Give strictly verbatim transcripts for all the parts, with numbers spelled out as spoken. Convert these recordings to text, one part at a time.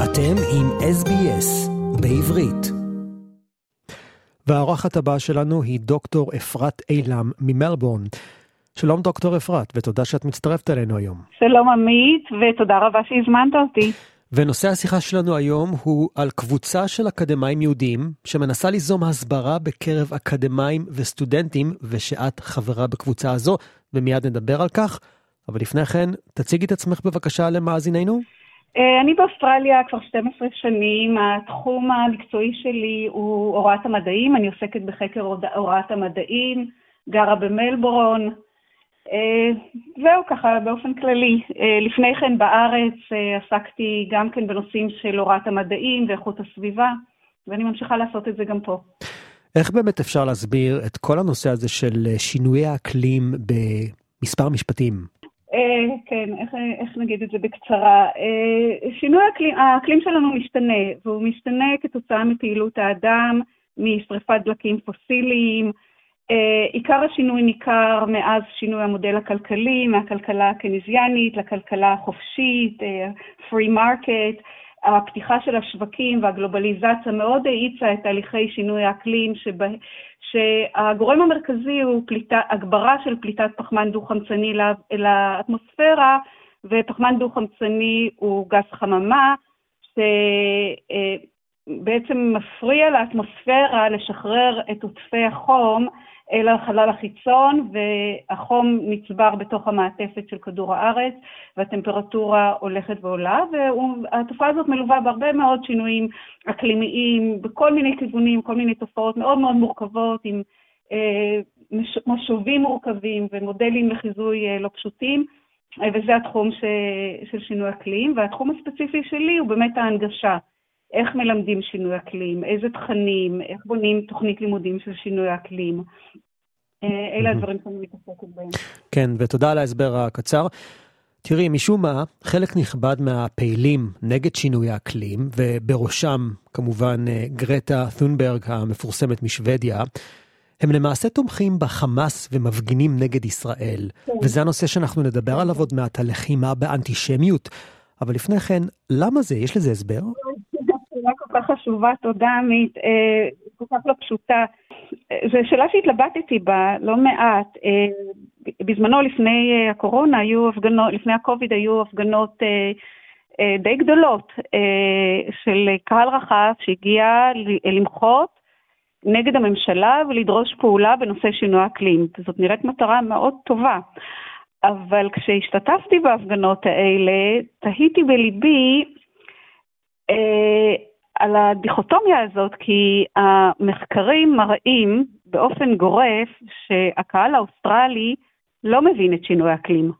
אתם עם אס בי אס בעברית. והאורחת הבאה שלנו היא דוקטור אפרת אילם ממלבורן. שלום דוקטור אפרת, ותודה שאת מצטרפת אלינו היום. שלום עמית, ותודה רבה שהזמנת אותי. ונושא השיחה שלנו היום הוא על קבוצה של אקדמאים יהודים שמנסה ליזום הסברה בקרב אקדמאים וסטודנטים, ושאת חברה בקבוצה הזו, ומיד נדבר על כך. אבל לפני כן, תציגי את עצמך בבקשה למאזיננו. אני באוסטרליה כבר שתים עשרה שנים, התחום המקצועי שלי הוא הוראת המדעים, אני עוסקת בחקר הוראת המדעים, גרה במלבורן, זהו ככה באופן כללי. לפני כן בארץ עסקתי גם כן בנושאים של הוראת המדעים ואיכות הסביבה, ואני ממשיכה לעשות את זה גם פה. איך באמת אפשר להסביר את כל הנושא הזה של שינויי האקלים במספר משפטים? כן, איך, איך נגיד את זה בקצרה? שינוי האקלים, האקלים שלנו משתנה, והוא משתנה כתוצאה מפעילות האדם, משריפת דלקים פוסיליים. עיקר השינוי ניכר מאז שינוי המודל הכלכלי, מהכלכלה הקניזיאנית לכלכלה החופשית, free market. הפתיחה של השווקים והגלובליזציה מאוד האיצה את תהליכי שינוי האקלים, שבה, שהגורם המרכזי הוא פליטה, הגברה של פליטת פחמן דו-חמצני לאטמוספירה, ופחמן דו-חמצני הוא גז חממה, שבעצם מפריע לאטמוספירה לשחרר את עודפי החום אל החלל החיצון, והחום נצבר בתוך המעטפת של כדור הארץ, והטמפרטורה הולכת ועולה, והתופעה הזאת מלווה בהרבה מאוד שינויים אקלימיים, בכל מיני כיוונים, כל מיני תופעות מאוד מאוד מורכבות, עם אה, משובים מורכבים ומודלים לחיזוי אה, לא פשוטים, אה, וזה התחום ש, של שינוי אקלים, והתחום הספציפי שלי הוא באמת ההנגשה. איך מלמדים שינוי אקלים, איזה תכנים, איך בונים תוכנית לימודים של שינוי אקלים. אלה הדברים שאני מתעסקת בהם. כן, ותודה על ההסבר הקצר. תראי, משום מה, חלק נכבד מהפעילים נגד שינוי האקלים, ובראשם כמובן גרטה תונברג המפורסמת משוודיה, הם למעשה תומכים בחמאס ומפגינים נגד ישראל. כן. וזה הנושא שאנחנו נדבר עליו עוד מעט, הלחימה באנטישמיות. אבל לפני כן, למה זה? יש לזה הסבר? שאלה כל כך חשובה, תודה עמית, אה, כל כך לא פשוטה. זו שאלה שהתלבטתי בה לא מעט. אה, בזמנו לפני הקורונה היו הפגנות, לפני הקוביד היו הפגנות אה, אה, די גדולות אה, של קהל רחב שהגיע למחות נגד הממשלה ולדרוש פעולה בנושא שינוי אקלים. זאת נראית מטרה מאוד טובה. אבל כשהשתתפתי בהפגנות האלה, תהיתי בליבי אה, על הדיכוטומיה הזאת, כי המחקרים מראים באופן גורף שהקהל האוסטרלי לא מבין את שינוי האקלים.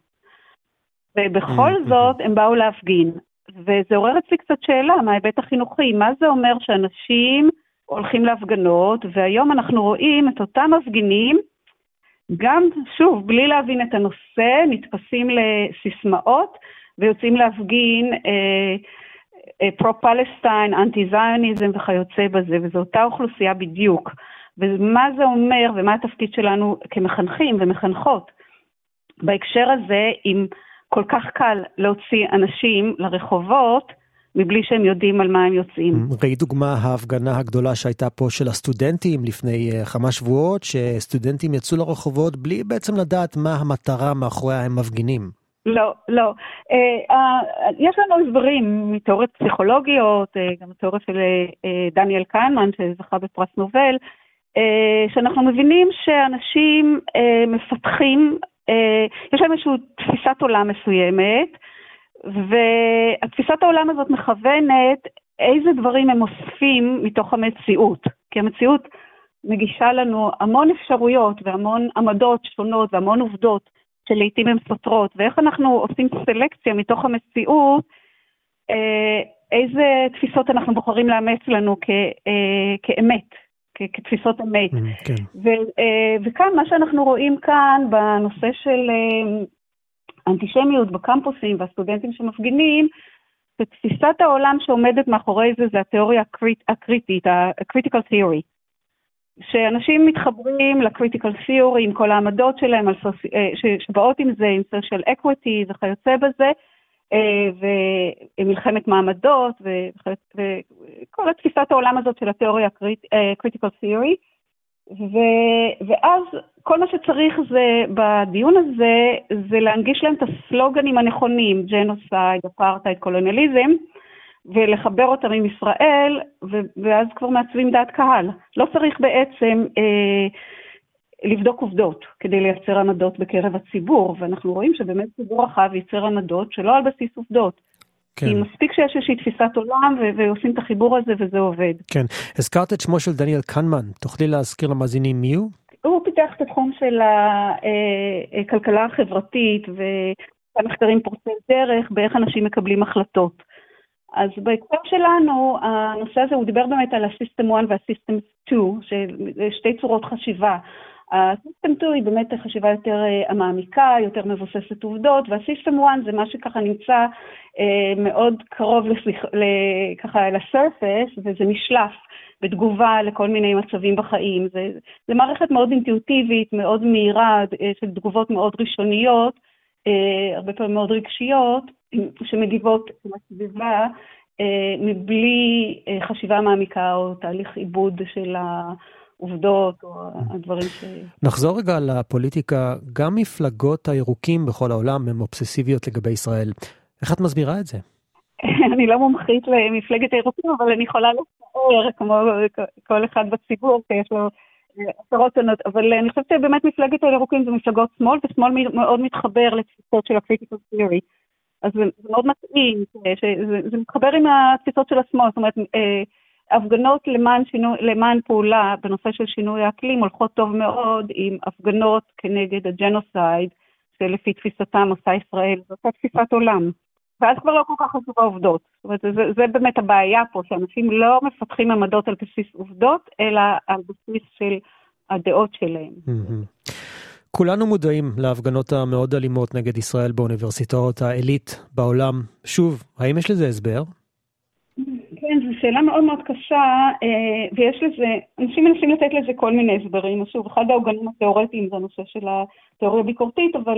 ובכל זאת הם באו להפגין. וזה עורר אצלי קצת שאלה מההיבט החינוכי, מה זה אומר שאנשים הולכים להפגנות, והיום אנחנו רואים את אותם מפגינים, גם, שוב, בלי להבין את הנושא, נתפסים לסיסמאות, ויוצאים להפגין אה, אה, פרו-פלסטיין, אנטי-זיוניזם וכיוצא בזה, וזו אותה אוכלוסייה בדיוק. ומה זה אומר, ומה התפקיד שלנו כמחנכים ומחנכות? בהקשר הזה, אם כל כך קל להוציא אנשים לרחובות, מבלי שהם יודעים על מה הם יוצאים. ראי דוגמה ההפגנה הגדולה שהייתה פה של הסטודנטים לפני כמה שבועות, שסטודנטים יצאו לרחובות בלי בעצם לדעת מה המטרה מאחורי הם מפגינים. לא, לא. אה, אה, יש לנו הסברים מתיאוריות פסיכולוגיות, אה, גם תיאוריה של אה, דניאל קהנמן שזכה בפרס נובל, אה, שאנחנו מבינים שאנשים אה, מפתחים, אה, יש להם איזושהי תפיסת עולם מסוימת, והתפיסת העולם הזאת מכוונת איזה דברים הם אוספים מתוך המציאות, כי המציאות מגישה לנו המון אפשרויות והמון עמדות שונות והמון עובדות שלעיתים הן סותרות, ואיך אנחנו עושים סלקציה מתוך המציאות, איזה תפיסות אנחנו בוחרים לאמץ לנו כ, כאמת, כ, כתפיסות אמת. Mm, כן. ו, וכאן מה שאנחנו רואים כאן בנושא של אנטישמיות בקמפוסים והסטודנטים שמפגינים, ותפיסת העולם שעומדת מאחורי זה, זה התיאוריה הקריטית, ה-critical theory. שאנשים מתחברים ל-critical theory עם כל העמדות שלהם, שבאות עם זה, עם social equity וכיוצא בזה, ומלחמת מעמדות, וכל התפיסת העולם הזאת של התיאוריה critical theory, ואז כל מה שצריך זה, בדיון הזה, זה להנגיש להם את הסלוגנים הנכונים, ג'נוסייד, אפרטהייד, קולוניאליזם, ולחבר אותם עם ישראל, ואז כבר מעצבים דעת קהל. לא צריך בעצם אה, לבדוק עובדות כדי לייצר עמדות בקרב הציבור, ואנחנו רואים שבאמת ציבור רחב ייצר עמדות שלא על בסיס עובדות. כן. כי מספיק שיש איזושהי תפיסת עולם ו- ועושים את החיבור הזה וזה עובד. כן. הזכרת את שמו של דניאל קנמן, תוכלי להזכיר למאזינים מי הוא? הוא פיתח את התחום של הכלכלה החברתית והמחקרים פורצי דרך באיך אנשים מקבלים החלטות. אז בהקשר שלנו, הנושא הזה הוא דיבר באמת על הסיסטם אחת והסיסטם שתיים, שתי צורות חשיבה. הסיסטם שתיים היא באמת חשיבה יותר מעמיקה, יותר מבוססת עובדות, והסיסטם אחת זה מה שככה נמצא מאוד קרוב לסליח, ככה לסרפס, וזה נשלף בתגובה לכל מיני מצבים בחיים. זה, זה מערכת מאוד אינטואיטיבית, מאוד מהירה, של תגובות מאוד ראשוניות, הרבה פעמים מאוד רגשיות, שמגיבות בסביבה, מבלי חשיבה מעמיקה או תהליך עיבוד של העובדות או הדברים ש... נחזור רגע לפוליטיקה, גם מפלגות הירוקים בכל העולם הן אובססיביות לגבי ישראל. איך את מסבירה את זה? אני לא מומחית למפלגת הירוקים, אבל אני יכולה לסער כמו כל אחד בציבור שיש לו עשרות עונות, אבל אני חושבת שבאמת מפלגת הירוקים זה מפלגות שמאל, ושמאל מאוד מתחבר לתפיסות של ה-critical theory. אז זה, זה מאוד מתאים, שזה, זה מתחבר עם התפיסות של השמאל, זאת אומרת, הפגנות למען, שינו, למען פעולה בנושא של שינוי האקלים הולכות טוב מאוד עם הפגנות כנגד הג'נוסייד, שלפי תפיסתם עושה ישראל, זאת תפיסת עולם. ואז כבר לא כל כך חשובה עובדות. זאת אומרת, זה, זה באמת הבעיה פה, שאנשים לא מפתחים עמדות על בסיס עובדות, אלא על בסיס של הדעות שלהם. Mm-hmm. כולנו מודעים להפגנות המאוד אלימות נגד ישראל באוניברסיטאות, העילית בעולם. שוב, האם יש לזה הסבר? כן, זו שאלה מאוד מאוד קשה, ויש לזה, אנשים מנסים לתת לזה כל מיני הסברים. שוב, אחד העוגנים התיאורטיים זה הנושא של התיאוריה הביקורתית, אבל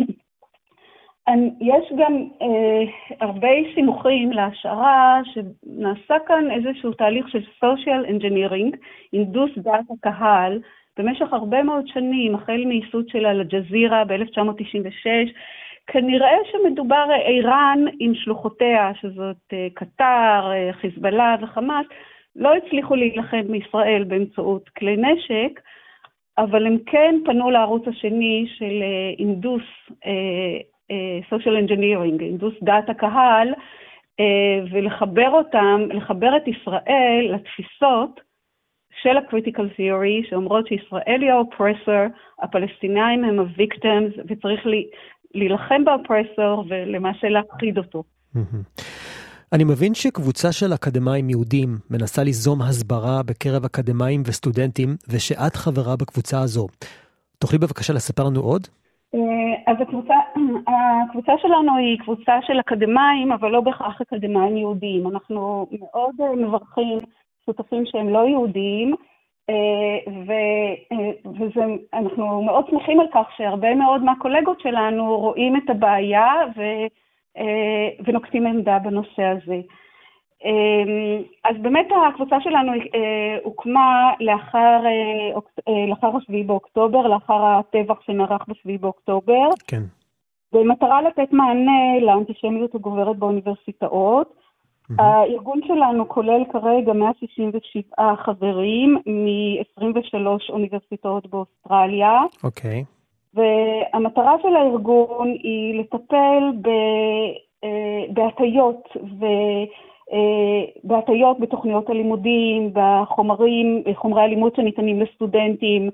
יש גם הרבה סימוכים להשערה שנעשה כאן איזשהו תהליך של social engineering, אינדוס דעת הקהל, במשך הרבה מאוד שנים, החל מייסוד של אל-ג'זירה ב-אלף תשע מאות תשעים ושש, כנראה שמדובר איראן עם שלוחותיה, שזאת קטר, חיזבאללה וחמאס, לא הצליחו להילחם מישראל באמצעות כלי נשק, אבל הם כן פנו לערוץ השני של אינדוס social engineering, אינדוס דעת הקהל, ולחבר אותם, לחבר את ישראל לתפיסות, של ה-critical theory, שאומרות שישראל היא האופרסור, הפלסטינאים הם ה-victims, וצריך לי, להילחם באופרסור ולמעשה להפחיד אותו. אני מבין שקבוצה של אקדמאים יהודים מנסה ליזום הסברה בקרב אקדמאים וסטודנטים, ושאת חברה בקבוצה הזו. תוכלי בבקשה לספר לנו עוד? אז הקבוצה, הקבוצה שלנו היא קבוצה של אקדמאים, אבל לא בהכרח אקדמאים יהודים. אנחנו מאוד מברכים שותפים שהם לא יהודיים, ואנחנו מאוד שמחים על כך שהרבה מאוד מהקולגות שלנו רואים את הבעיה ונוקטים עמדה בנושא הזה. אז באמת הקבוצה שלנו הוקמה לאחר, לאחר השביעי באוקטובר, לאחר הטבח שנערך בשביעי באוקטובר, כן. במטרה לתת מענה לאנטישמיות הגוברת באוניברסיטאות. הארגון שלנו כולל כרגע מאה שישים ושבעה חברים מ-עשרים ושלוש אוניברסיטאות באוסטרליה. אוקיי. והמטרה של הארגון היא לטפל בהטיות ובהטיות בתוכניות הלימודים, בחומרים, חומרי הלימוד שניתנים לסטודנטים,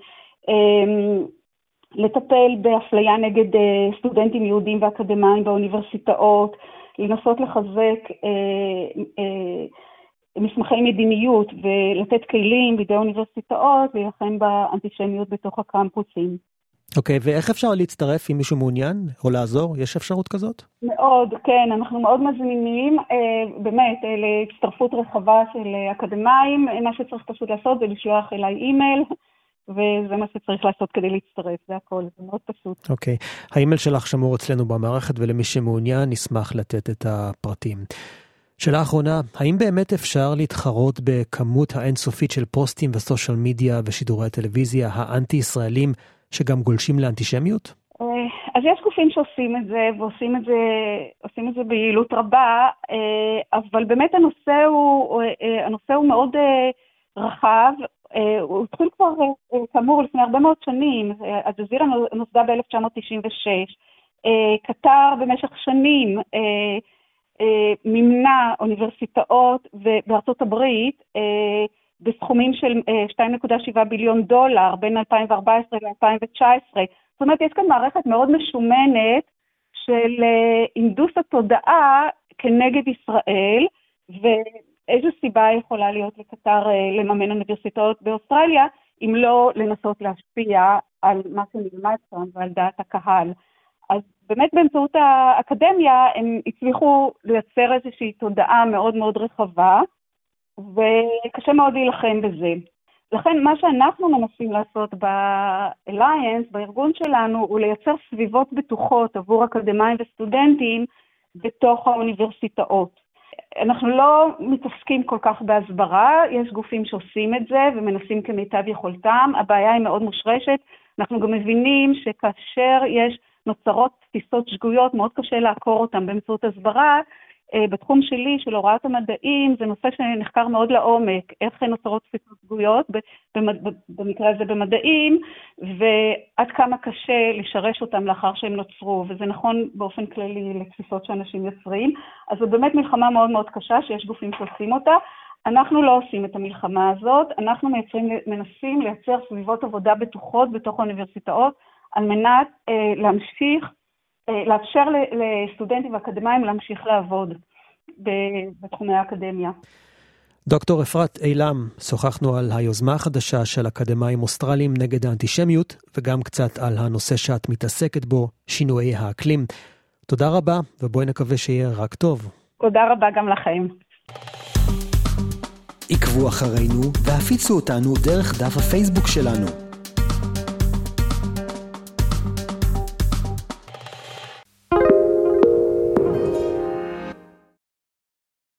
לטפל באפליה נגד סטודנטים יהודים ואקדמיים באוניברסיטאות, לנסות לחזק אה, אה, מסמכי מדיניות ולתת כלים בידי אוניברסיטאות להילחם באנטישמיות בתוך הקמפוסים. אוקיי, okay, ואיך אפשר להצטרף אם מישהו מעוניין או לעזור? יש אפשרות כזאת? מאוד, כן, אנחנו מאוד מזמינים, אה, באמת, אה, להצטרפות רחבה של אקדמיים. מה שצריך פשוט לעשות זה לשלוח אליי אימייל, וזה מה שצריך לעשות כדי להצטרף, זה הכל, זה מאוד פשוט. אוקיי, האימייל שלך שמור אצלנו במערכת, ולמי שמעוניין נשמח לתת את הפרטים. שאלה אחרונה, האם באמת אפשר להתחרות בכמות האינסופית של פוסטים וסושיאל מדיה ושידורי הטלוויזיה האנטי-ישראלים שגם גולשים לאנטישמיות? אז יש גופים שעושים את זה, ועושים את זה, עושים את זה ביעילות רבה, אבל באמת הנושא הוא, הנושא הוא מאוד רחב, הוא התחיל כבר כאמור לפני הרבה מאוד שנים, אל-ג'זירה נוסדה ב-אלף תשע מאות תשעים ושש, קטר במשך שנים מימנה אוניברסיטאות בארצות הברית בסכומים של שתיים נקודה שבע ביליון דולר בין אלפיים וארבע עשרה ל-אלפיים תשע עשרה. זאת אומרת, יש כאן מערכת מאוד משומנת של אינדוס התודעה כנגד ישראל, ואיזו סיבה יכולה להיות לקטר לממן אוניברסיטאות באוסטרליה, אם לא לנסות להשפיע על מה שנלמד כאן ועל דעת הקהל. אז באמת באמצעות האקדמיה הם הצליחו לייצר איזושהי תודעה מאוד מאוד רחבה, וקשה מאוד להילחם בזה. לכן מה שאנחנו מנסים לעשות ב-Alliance, בארגון שלנו, הוא לייצר סביבות בטוחות עבור אקדמיים וסטודנטים בתוך האוניברסיטאות. אנחנו לא מתעסקים כל כך בהסברה, יש גופים שעושים את זה ומנסים כמיטב יכולתם, הבעיה היא מאוד מושרשת, אנחנו גם מבינים שכאשר יש נוצרות תפיסות שגויות, מאוד קשה לעקור אותם באמצעות הסברה. בתחום שלי, של הוראת המדעים, זה נושא שנחקר מאוד לעומק, איך נוצרות תפיסות שגויות, במקרה הזה במדעים, ועד כמה קשה לשרש אותם לאחר שהם נוצרו, וזה נכון באופן כללי לתפיסות שאנשים יוצרים. אז זו באמת מלחמה מאוד מאוד קשה, שיש גופים שעושים אותה. אנחנו לא עושים את המלחמה הזאת, אנחנו מייצרים, מנסים לייצר סביבות עבודה בטוחות בתוך האוניברסיטאות, על מנת אה, להמשיך, אה, לאפשר לסטודנטים ואקדמיים להמשיך לעבוד בתחומי האקדמיה. דוקטור אפרת אילם, שוחחנו על היוזמה החדשה של אקדמאים אוסטרליים נגד האנטישמיות, וגם קצת על הנושא שאת מתעסקת בו, שינויי האקלים. תודה רבה, ובואי נקווה שיהיה רק טוב. תודה רבה גם לכם. עקבו אחרינו והפיצו אותנו דרך דף הפייסבוק שלנו.